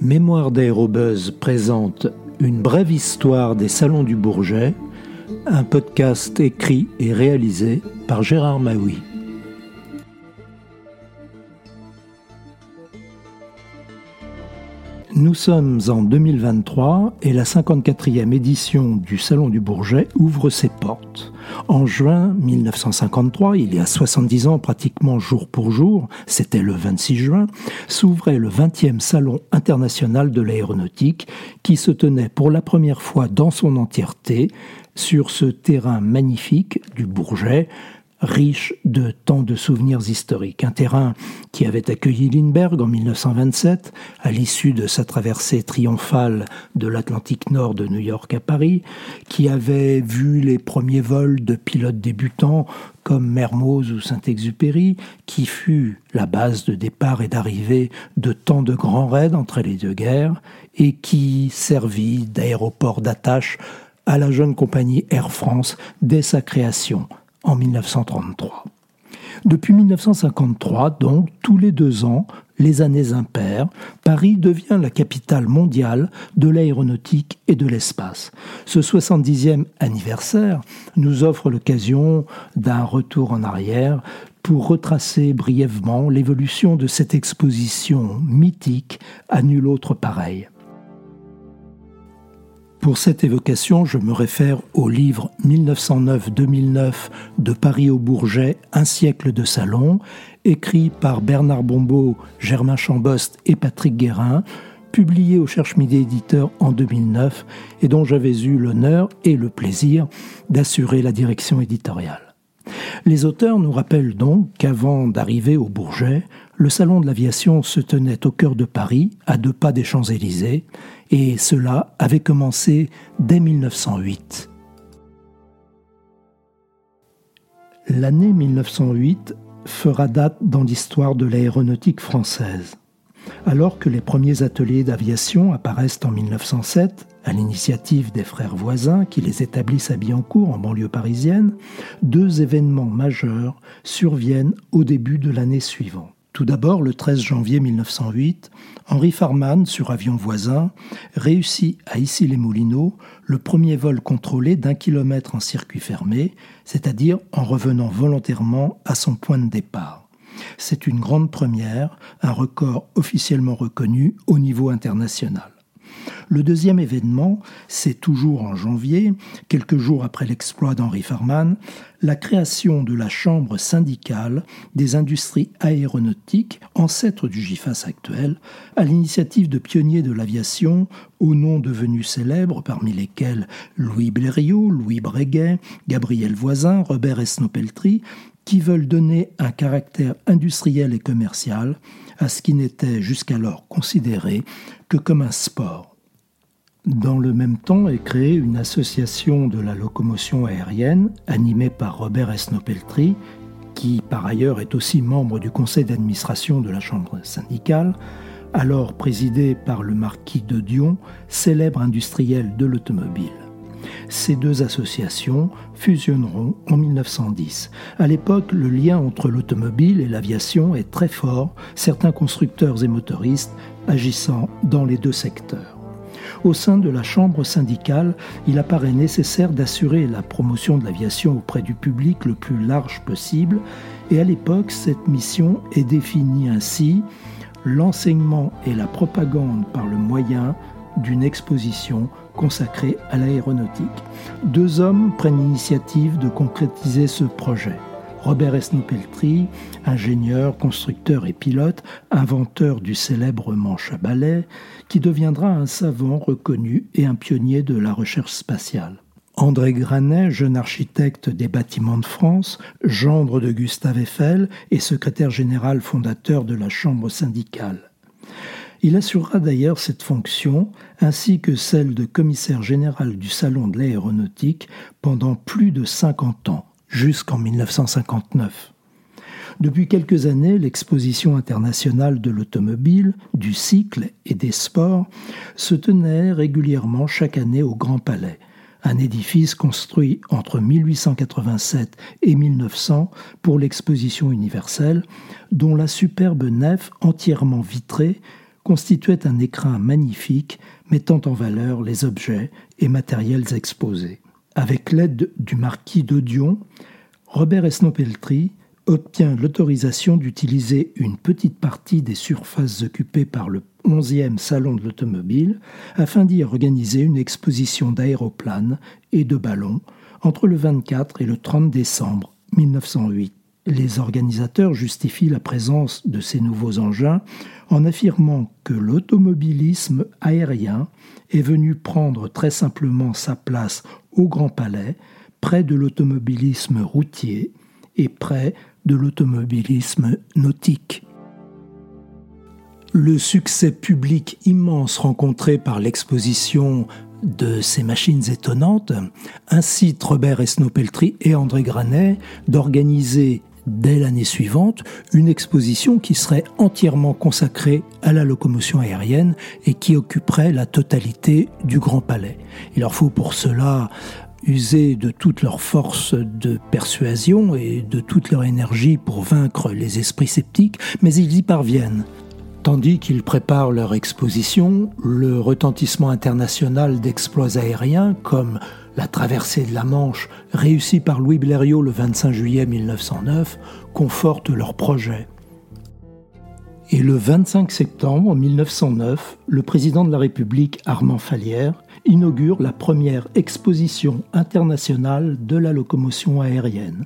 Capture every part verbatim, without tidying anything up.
Mémoire d'Aérobuzz présente une brève histoire des salons du Bourget, un podcast écrit et réalisé par Gérard Maui. Nous sommes en deux mille vingt-trois et la cinquante-quatrième édition du Salon du Bourget ouvre ses portes. En juin mille neuf cent cinquante-trois, il y a soixante-dix ans pratiquement jour pour jour, c'était le vingt-six juin, s'ouvrait le vingtième Salon international de l'aéronautique qui se tenait pour la première fois dans son entièreté sur ce terrain magnifique du Bourget, riche de tant de souvenirs historiques. Un terrain qui avait accueilli Lindbergh en mille neuf cent vingt-sept, à l'issue de sa traversée triomphale de l'Atlantique Nord de New York à Paris, qui avait vu les premiers vols de pilotes débutants comme Mermoz ou Saint-Exupéry, qui fut la base de départ et d'arrivée de tant de grands raids entre les deux guerres, et qui servit d'aéroport d'attache à la jeune compagnie Air France dès sa création en mille neuf cent trente-trois. Depuis mille neuf cent cinquante-trois, donc, tous les deux ans, les années impaires, Paris devient la capitale mondiale de l'aéronautique et de l'espace. Ce soixante-dixième anniversaire nous offre l'occasion d'un retour en arrière pour retracer brièvement l'évolution de cette exposition mythique à nul autre pareil. Pour cette évocation, je me réfère au livre mille neuf cent neuf à deux mille neuf de Paris au Bourget, un siècle de salon, écrit par Bernard Bombault, Germain Chambost et Patrick Guérin, publié au Cherche-Midi éditeur en deux mille neuf et dont j'avais eu l'honneur et le plaisir d'assurer la direction éditoriale. Les auteurs nous rappellent donc qu'avant d'arriver au Bourget, le salon de l'aviation se tenait au cœur de Paris, à deux pas des Champs-Élysées, et cela avait commencé dès mille neuf cent huit. L'année mille neuf cent huit fera date dans l'histoire de l'aéronautique française. Alors que les premiers ateliers d'aviation apparaissent en mille neuf cent sept, à l'initiative des frères Voisins qui les établissent à Billancourt, en banlieue parisienne, deux événements majeurs surviennent au début de l'année suivante. Tout d'abord, le treize janvier mille neuf cent huit, Henri Farman, sur avion voisin, réussit à Issy-les-Moulineaux le premier vol contrôlé d'un kilomètre en circuit fermé, c'est-à-dire en revenant volontairement à son point de départ. C'est une grande première, un record officiellement reconnu au niveau international. Le deuxième événement, c'est toujours en janvier, quelques jours après l'exploit d'Henri Farman, la création de la Chambre syndicale des industries aéronautiques, ancêtre du G I F A S actuel, à l'initiative de pionniers de l'aviation, aux noms devenus célèbres, parmi lesquels Louis Blériot, Louis Breguet, Gabriel Voisin, Robert Esnault-Pelletry, qui veulent donner un caractère industriel et commercial à ce qui n'était jusqu'alors considéré que comme un sport. Dans le même temps est créée une association de la locomotion aérienne animée par Robert Esnault-Pelletry, qui par ailleurs est aussi membre du conseil d'administration de la Chambre syndicale, alors présidée par le marquis de Dion, célèbre industriel de l'automobile. Ces deux associations fusionneront en mille neuf cent dix. À l'époque, le lien entre l'automobile et l'aviation est très fort, certains constructeurs et motoristes agissant dans les deux secteurs. Au sein de la chambre syndicale, il apparaît nécessaire d'assurer la promotion de l'aviation auprès du public le plus large possible, et à l'époque, cette mission est définie ainsi: l'enseignement et la propagande par le moyen d'une exposition consacrée à l'aéronautique. Deux hommes prennent l'initiative de concrétiser ce projet. Robert Esnault-Pelletry, ingénieur, constructeur et pilote, inventeur du célèbre manche à balai, qui deviendra un savant reconnu et un pionnier de la recherche spatiale. André Granet, jeune architecte des bâtiments de France, gendre de Gustave Eiffel et secrétaire général fondateur de la Chambre syndicale. Il assurera d'ailleurs cette fonction, ainsi que celle de commissaire général du Salon de l'aéronautique pendant plus de cinquante ans, jusqu'en mille neuf cent cinquante-neuf. Depuis quelques années, l'exposition internationale de l'automobile, du cycle et des sports se tenait régulièrement chaque année au Grand Palais, un édifice construit entre mille huit cent quatre-vingt-sept et mille neuf cents pour l'exposition universelle, dont la superbe nef entièrement vitrée constituait un écrin magnifique mettant en valeur les objets et matériels exposés. Avec l'aide du marquis d'Odion, Robert Esnault-Peltry obtient l'autorisation d'utiliser une petite partie des surfaces occupées par le onzième Salon de l'automobile afin d'y organiser une exposition d'aéroplanes et de ballons entre le vingt-quatre et le trente décembre mille neuf cent huit. Les organisateurs justifient la présence de ces nouveaux engins en affirmant que l'automobilisme aérien est venu prendre très simplement sa place au Grand Palais, près de l'automobilisme routier et près de l'automobilisme nautique. Le succès public immense rencontré par l'exposition de ces machines étonnantes incite Robert Esnault-Peltry et André Granet d'organiser dès l'année suivante une exposition qui serait entièrement consacrée à la locomotion aérienne et qui occuperait la totalité du Grand Palais. Il leur faut pour cela user de toute leur force de persuasion et de toute leur énergie pour vaincre les esprits sceptiques, mais ils y parviennent. Tandis qu'ils préparent leur exposition, le retentissement international d'exploits aériens, comme la traversée de la Manche, réussie par Louis Blériot le vingt-cinq juillet mille neuf cent neuf, conforte leur projet. Et le vingt-cinq septembre mille neuf cent neuf, le président de la République, Armand Fallières, inaugure la première exposition internationale de la locomotion aérienne.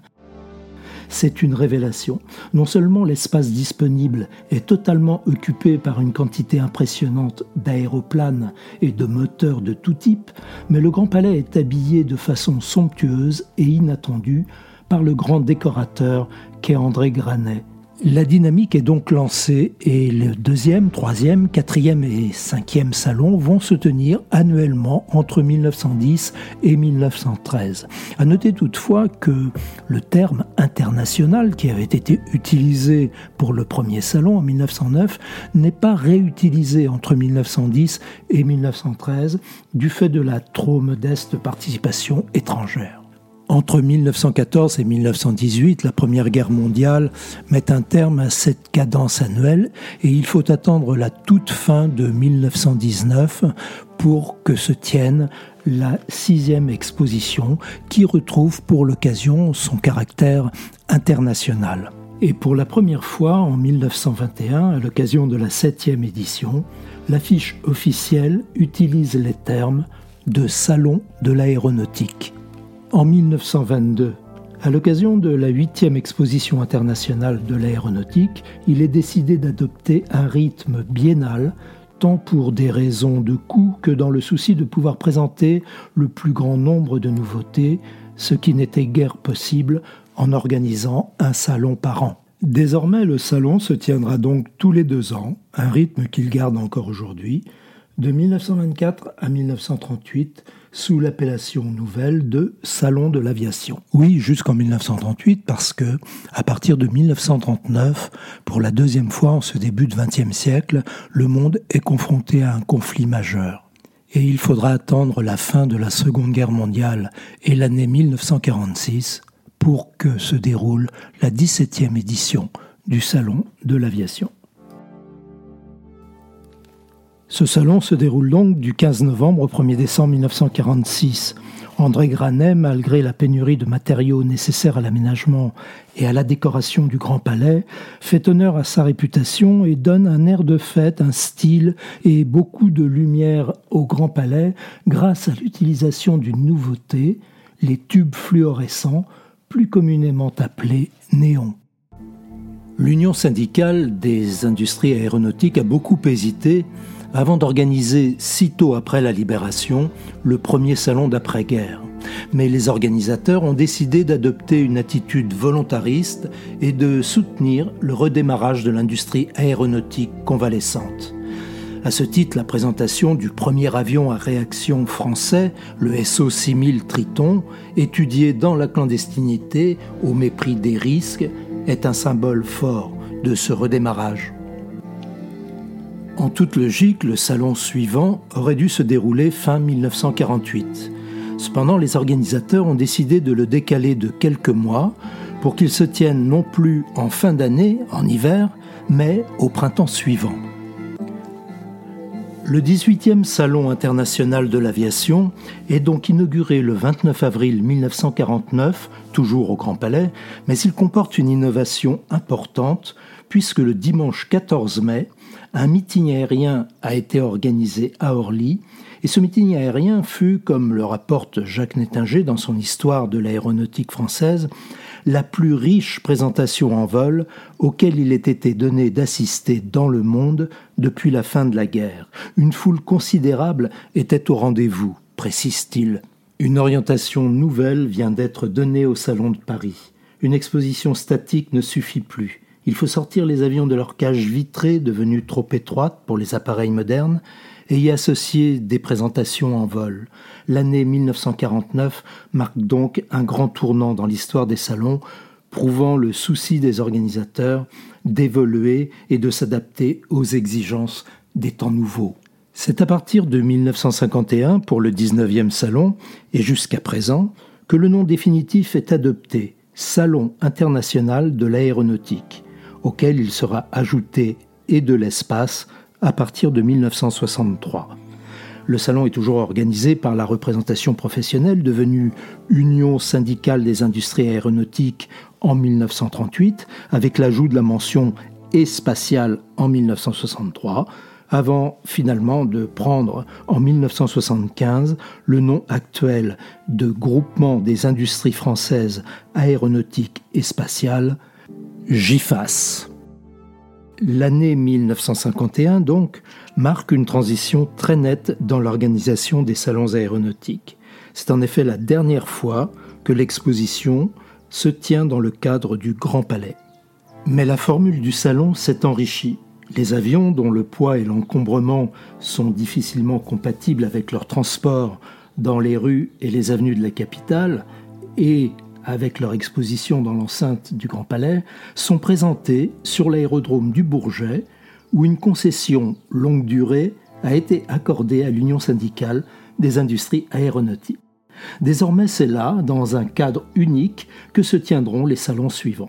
C'est une révélation. Non seulement l'espace disponible est totalement occupé par une quantité impressionnante d'aéroplanes et de moteurs de tout type, mais le Grand Palais est habillé de façon somptueuse et inattendue par le grand décorateur qu'est André Granet. La dynamique est donc lancée et le deuxième, troisième, quatrième et cinquième salons vont se tenir annuellement entre mille neuf cent dix et mille neuf cent treize. À noter toutefois que le terme international qui avait été utilisé pour le premier salon en mille neuf cent neuf n'est pas réutilisé entre mille neuf cent dix et mille neuf cent treize du fait de la trop modeste participation étrangère. Entre mille neuf cent quatorze et mille neuf cent dix-huit, la Première Guerre mondiale met un terme à cette cadence annuelle et il faut attendre la toute fin de mille neuf cent dix-neuf pour que se tienne la sixième exposition qui retrouve pour l'occasion son caractère international. Et pour la première fois, en mille neuf cent vingt et un, à l'occasion de la septième édition, l'affiche officielle utilise les termes de Salon de l'aéronautique. En mille neuf cent vingt-deux, à l'occasion de la huitième exposition internationale de l'aéronautique, il est décidé d'adopter un rythme biennal, tant pour des raisons de coût que dans le souci de pouvoir présenter le plus grand nombre de nouveautés, ce qui n'était guère possible en organisant un salon par an. Désormais, le salon se tiendra donc tous les deux ans, un rythme qu'il garde encore aujourd'hui, de mille neuf cent vingt-quatre à mille neuf cent trente-huit, sous l'appellation nouvelle de Salon de l'aviation. Oui, jusqu'en mille neuf cent trente-huit, parce que, à partir de mille neuf cent trente-neuf, pour la deuxième fois en ce début de vingtième siècle, le monde est confronté à un conflit majeur. Et il faudra attendre la fin de la Seconde Guerre mondiale et l'année mille neuf cent quarante-six pour que se déroule la dix-septième édition du Salon de l'aviation. Ce salon se déroule donc du quinze novembre au premier décembre mille neuf cent quarante-six. André Granet, malgré la pénurie de matériaux nécessaires à l'aménagement et à la décoration du Grand Palais, fait honneur à sa réputation et donne un air de fête, un style et beaucoup de lumière au Grand Palais grâce à l'utilisation d'une nouveauté, les tubes fluorescents, plus communément appelés néons. L'Union syndicale des industries aéronautiques a beaucoup hésité avant d'organiser, sitôt après la Libération, le premier salon d'après-guerre. Mais les organisateurs ont décidé d'adopter une attitude volontariste et de soutenir le redémarrage de l'industrie aéronautique convalescente. À ce titre, la présentation du premier avion à réaction français, le S O six mille Triton, étudié dans la clandestinité au mépris des risques, est un symbole fort de ce redémarrage. En toute logique, le salon suivant aurait dû se dérouler fin mille neuf cent quarante-huit. Cependant, les organisateurs ont décidé de le décaler de quelques mois pour qu'il se tienne non plus en fin d'année, en hiver, mais au printemps suivant. Le dix-huitième Salon international de l'aviation est donc inauguré le vingt-neuf avril mille neuf cent quarante-neuf, toujours au Grand Palais, mais il comporte une innovation importante puisque le dimanche quatorze mai, un meeting aérien a été organisé à Orly et ce meeting aérien fut, comme le rapporte Jacques Nettinger dans son Histoire de l'aéronautique française, la plus riche présentation en vol auquel il ait été donné d'assister dans le monde depuis la fin de la guerre. Une foule considérable était au rendez-vous, précise-t-il. Une orientation nouvelle vient d'être donnée au Salon de Paris. Une exposition statique ne suffit plus. Il faut sortir les avions de leur cage vitrée devenue trop étroite pour les appareils modernes et y associer des présentations en vol. L'année mille neuf cent quarante-neuf marque donc un grand tournant dans l'histoire des salons, prouvant le souci des organisateurs d'évoluer et de s'adapter aux exigences des temps nouveaux. C'est à partir de mille neuf cent cinquante et un, pour le dix-neuvième salon, et jusqu'à présent, que le nom définitif est adopté, Salon international de l'aéronautique, auquel il sera ajouté et de l'espace à partir de mille neuf cent soixante-trois. Le salon est toujours organisé par la représentation professionnelle devenue Union syndicale des industries aéronautiques en mille neuf cent trente-huit, avec l'ajout de la mention « et spatiale » en mille neuf cent soixante-trois, avant finalement de prendre en mille neuf cent soixante-quinze le nom actuel de Groupement des industries françaises aéronautiques et spatiales, GIFAS. L'année mille neuf cent cinquante et un, donc, marque une transition très nette dans l'organisation des salons aéronautiques. C'est en effet la dernière fois que l'exposition se tient dans le cadre du Grand Palais. Mais la formule du salon s'est enrichie. Les avions, dont le poids et l'encombrement sont difficilement compatibles avec leur transport dans les rues et les avenues de la capitale, et avec leur exposition dans l'enceinte du Grand Palais, sont présentés sur l'aérodrome du Bourget, où une concession longue durée a été accordée à l'Union syndicale des industries aéronautiques. Désormais, c'est là, dans un cadre unique, que se tiendront les salons suivants.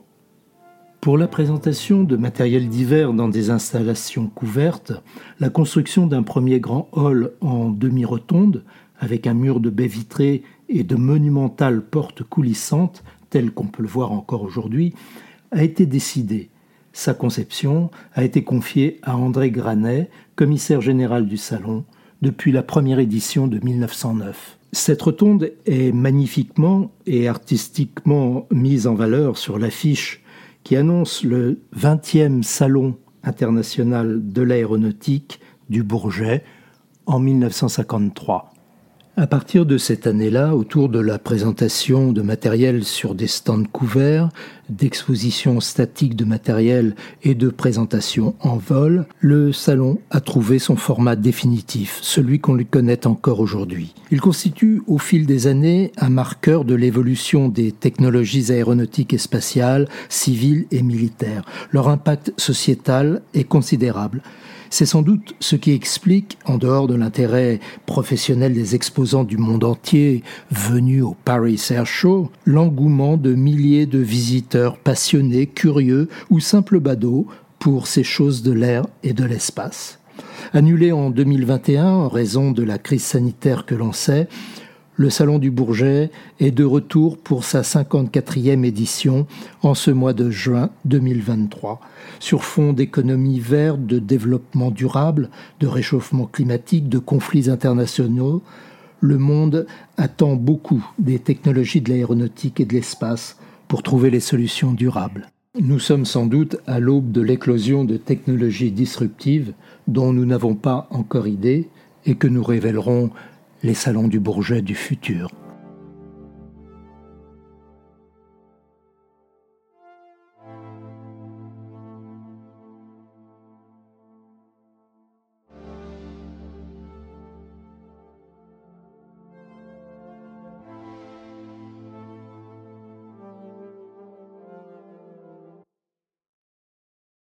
Pour la présentation de matériel divers dans des installations couvertes, la construction d'un premier grand hall en demi-rotonde, avec un mur de baies vitrées et de monumentales portes coulissantes, telles qu'on peut le voir encore aujourd'hui, a été décidée. Sa conception a été confiée à André Granet, commissaire général du salon, depuis la première édition de mille neuf cent neuf. Cette rotonde est magnifiquement et artistiquement mise en valeur sur l'affiche qui annonce le vingtième Salon international de l'aéronautique du Bourget en mille neuf cent cinquante-trois. À partir de cette année-là, autour de la présentation de matériel sur des stands couverts, d'expositions statiques de matériel et de présentations en vol, le salon a trouvé son format définitif, celui qu'on lui connaît encore aujourd'hui. Il constitue au fil des années un marqueur de l'évolution des technologies aéronautiques et spatiales, civiles et militaires. Leur impact sociétal est considérable. C'est sans doute ce qui explique, en dehors de l'intérêt professionnel des exposants du monde entier venus au Paris Air Show, l'engouement de milliers de visiteurs passionnés, curieux ou simples badauds pour ces choses de l'air et de l'espace. Annulé en deux mille vingt et un en raison de la crise sanitaire que l'on sait, le Salon du Bourget est de retour pour sa cinquante-quatrième édition en ce mois de juin deux mille vingt-trois. Sur fond d'économie verte, de développement durable, de réchauffement climatique, de conflits internationaux, le monde attend beaucoup des technologies de l'aéronautique et de l'espace pour trouver les solutions durables. Nous sommes sans doute à l'aube de l'éclosion de technologies disruptives dont nous n'avons pas encore idée et que nous révéleront les salons du Bourget du futur.